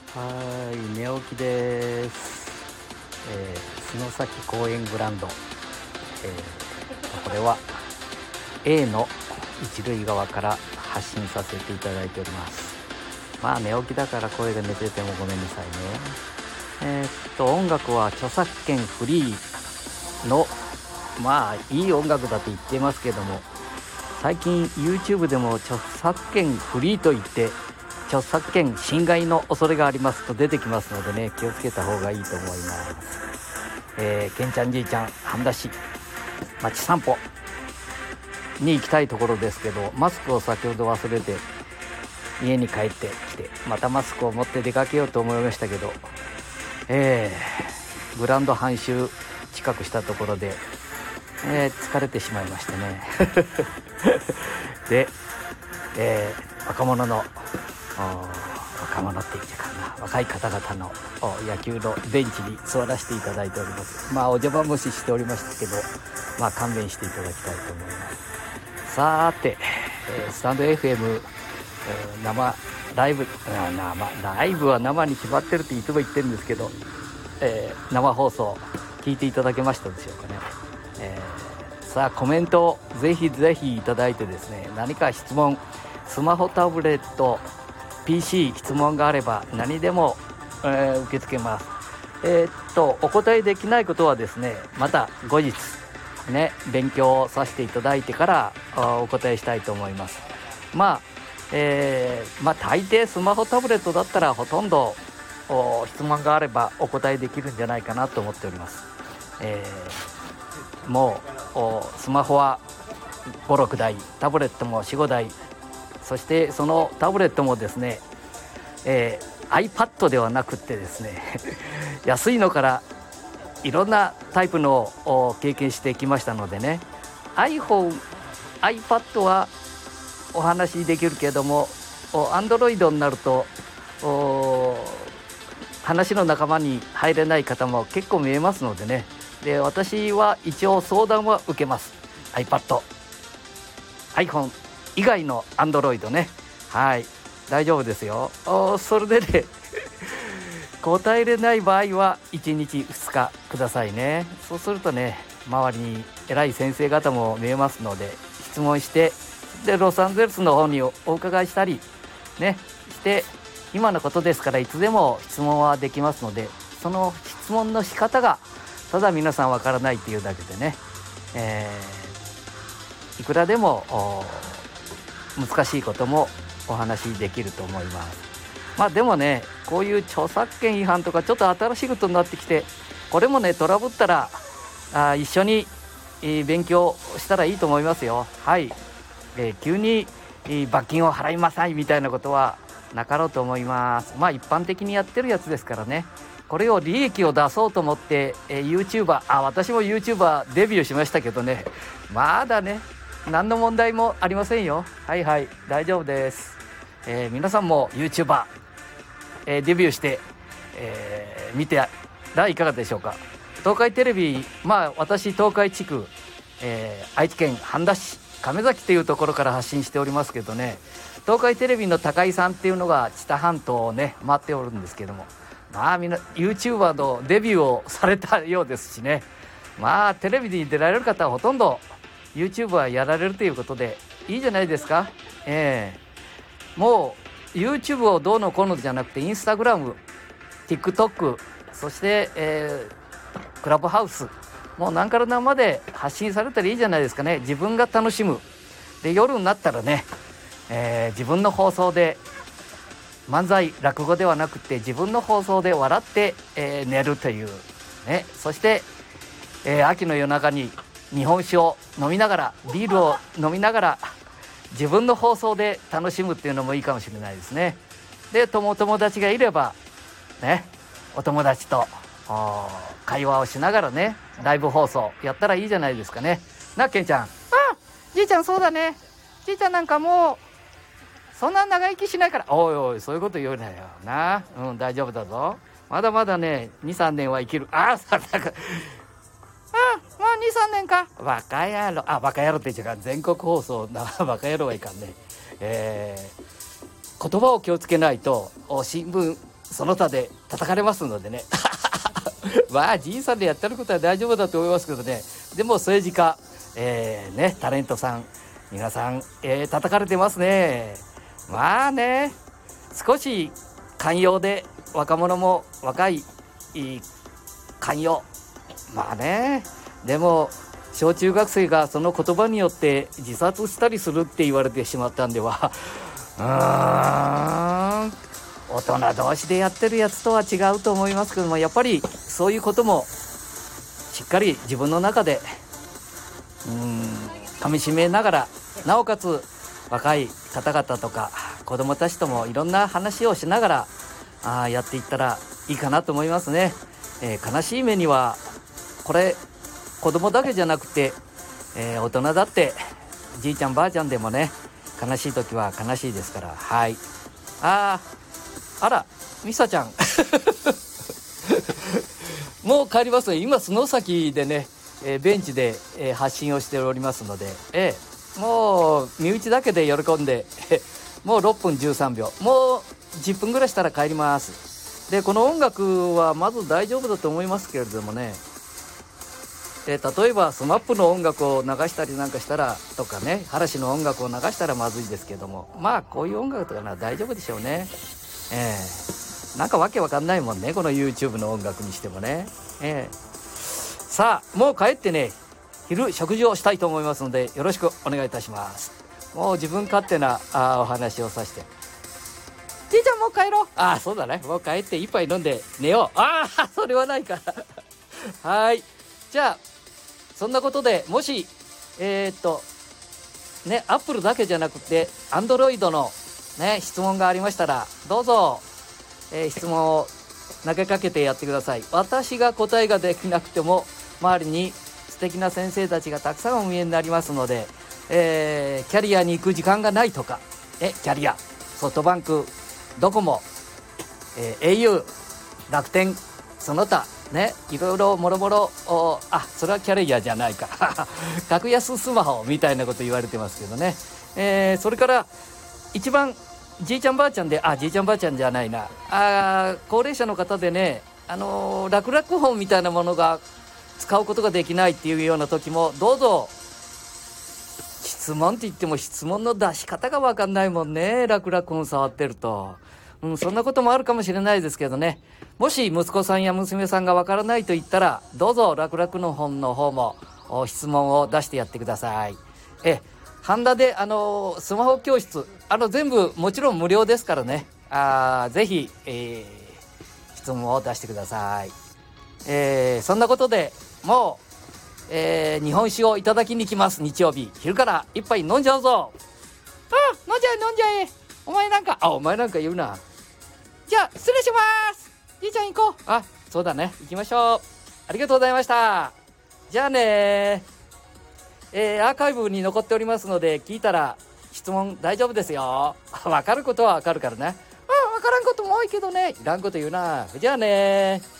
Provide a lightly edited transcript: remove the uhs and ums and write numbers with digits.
はい、寝起きです。洲崎公園グランド、これは A の一塁側から発信させていただいております。まあ寝起きだから声が寝ててもごめんなさいね。音楽は著作権フリーのまあいい音楽だと言ってますけども、最近 YouTube でも著作権フリーと言って著作権侵害の恐れがありますと出てきますのでね、気をつけた方がいいと思います。けんちゃんじいちゃん半田市町散歩に行きたいところですけど、マスクを先ほど忘れて家に帰ってきて、またマスクを持って出かけようと思いましたけど、グランド半周近くしたところで、疲れてしまいましてねで、若者って言っちゃうかな、若い方々の野球のベンチに座らせていただいております。まあお邪魔虫しておりましたけど、まあ勘弁していただきたいと思います。さーて、スタンド FM、生ライブは生に決まってるっていつも言ってるんですけど、生放送聞いていただけましたでしょうかね。さあコメントをぜひぜひいただいてですね、何か質問、スマホタブレット PC 質問があれば何でも、受け付けます。お答えできないことはですね、また後日ね勉強させていただいてからお答えしたいと思います。大抵スマホタブレットだったらほとんど質問があればお答えできるんじゃないかなと思っております。もうスマホは5、6台、タブレットも4、5台、そしてそのタブレットもですね、iPad ではなくってですね安いのからいろんなタイプのを経験してきましたのでね、 iPad はお話できるけども、Android になると話の仲間に入れない方も結構見えますのでね。で、私は一応相談は受けます。 iPad、iPhone 以外の Android ね、はい、大丈夫ですよ。それでね答えれない場合は1日2日くださいね。そうするとね、周りに偉い先生方も見えますので質問して、でロサンゼルスの方にお伺いしたりねして、今のことですからいつでも質問はできますので、その質問の仕方がただ皆さんわからないっていうだけでね、いくらでも難しいこともお話しできると思います。まあでもね、こういう著作権違反とかちょっと新しいことになってきて、これもねトラブったら一緒に勉強したらいいと思いますよ。はい、急に罰金を払いまさいみたいなことはなかろうと思います。まあ一般的にやってるやつですからね。これを利益を出そうと思って、YouTuber、私も YouTuber デビューしましたけどね、まだね何の問題もありませんよ。はいはい、大丈夫です。皆さんも YouTuber、デビューして、見てらいかがでしょうか。東海テレビ、私東海地区、愛知県半田市亀崎というところから発信しておりますけどね、東海テレビの高井さんっていうのが知多半島をね回っておるんですけども、みんな YouTuber のデビューをされたようですしね、テレビに出られる方はほとんど YouTuber やられるということでいいじゃないですか。もう YouTube をどうのこうのじゃなくて、インスタグラム、TikTok、そして、クラブハウス、もう何から何まで発信されたらいいじゃないですかね。自分が楽しむ。で、夜になったらね、自分の放送で漫才落語ではなくて自分の放送で笑って、寝るというね。そして、秋の夜中に日本酒を飲みながら、ビールを飲みながら自分の放送で楽しむっていうのもいいかもしれないですね。で、友達がいればね、お友達と会話をしながらね、ライブ放送やったらいいじゃないですかね。な、ケンちゃん。じいちゃんそうだね。じいちゃんなんかもうそんな長生きしないから。おいおい、そういうこと言うなよな。大丈夫だぞ。まだまだね 2,3 年は生きる。もう 2,3 年か。バカ野郎。バカ野郎って言っちゃうか、全国放送なバカ野郎はいかんね。言葉を気をつけないと新聞その他で叩かれますのでねまあじいさんでやってることは大丈夫だと思いますけどね、でも政治家、ね、タレントさん皆さん、叩かれてますね。まあね、少し寛容で若者も若い寛容、まあね、でも小中学生がその言葉によって自殺したりするって言われてしまったんでは大人同士でやってるやつとは違うと思いますけども、やっぱりそういうこともしっかり自分の中で噛み締めながら、なおかつ若い方々とか子どもたちともいろんな話をしながらやっていったらいいかなと思いますね。悲しい目にはこれ子供だけじゃなくて、大人だってじいちゃんばあちゃんでもね、悲しい時は悲しいですから。はい。あらミサちゃんもう帰りますね。今洲崎でね、ベンチで、発信をしておりますので、もう身内だけで喜んでもう6分13秒、もう10分ぐらいしたら帰ります。でこの音楽はまず大丈夫だと思いますけれどもね、例えばスマップの音楽を流したりなんかしたらとかね、嵐の音楽を流したらまずいですけども、まあこういう音楽とかなら大丈夫でしょうね。なんかわけわかんないもんね、この YouTube の音楽にしてもね。さあもう帰ってね、昼食事をしたいと思いますのでよろしくお願いいたします。もう自分勝手なお話をさせて、じいちゃんもう帰ろう。そうだね、もう帰って一杯飲んで寝よう。それはないからはい、じゃあそんなことで、もしねアップルだけじゃなくてアンドロイドのね質問がありましたらどうぞ、質問を投げかけてやってください。私が答えができなくても周りに素敵な先生たちがたくさんお見えになりますので、キャリアに行く時間がないとか、キャリアソフトバンク、ドコモ、au、楽天、その他ね、いろいろもろもろ、それはキャリアじゃないか格安スマホみたいなこと言われてますけどね、それから一番じいちゃんばあちゃんで、じいちゃんばあちゃんじゃないな、高齢者の方でね、楽々本みたいなものが使うことができないっていうような時も、どうぞ質問って言っても質問の出し方が分かんないもんね、楽々本触ってると。そんなこともあるかもしれないですけどね、もし息子さんや娘さんが分からないと言ったらどうぞ楽々の本の方も質問を出してやってください。ハンダでスマホ教室全部もちろん無料ですからね、ぜひ、質問を出してください。そんなことでもう、日本酒をいただきに来ます。日曜日昼から一杯飲んじゃうぞ。飲んじゃえお前なんか言うな。じゃあ失礼します。じいちゃん行こう。そうだね、行きましょう。ありがとうございました。じゃあね。アーカイブに残っておりますので聞いたら質問大丈夫ですよ。分かることは分かるからね。分からんことも多いけどね、いらんこと言うな。じゃあね。